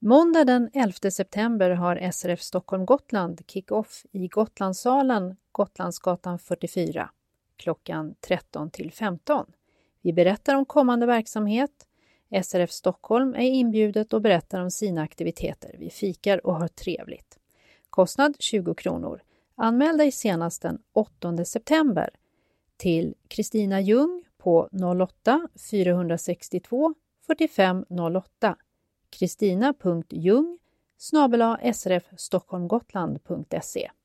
Måndag den 11 september har SRF Stockholm Gotland kick-off i Gotlandssalen, Gotlandsgatan 44, klockan 13-15. Vi berättar om kommande verksamhet. SRF Stockholm är inbjudet och berättar om sina aktiviteter. Vi fikar och har trevligt. Kostnad 20 kronor. Anmäl dig senast den 8 september till Kristina Ljung på 08 462 45 08. Kristina.Ljung @srfstockholmgotland.se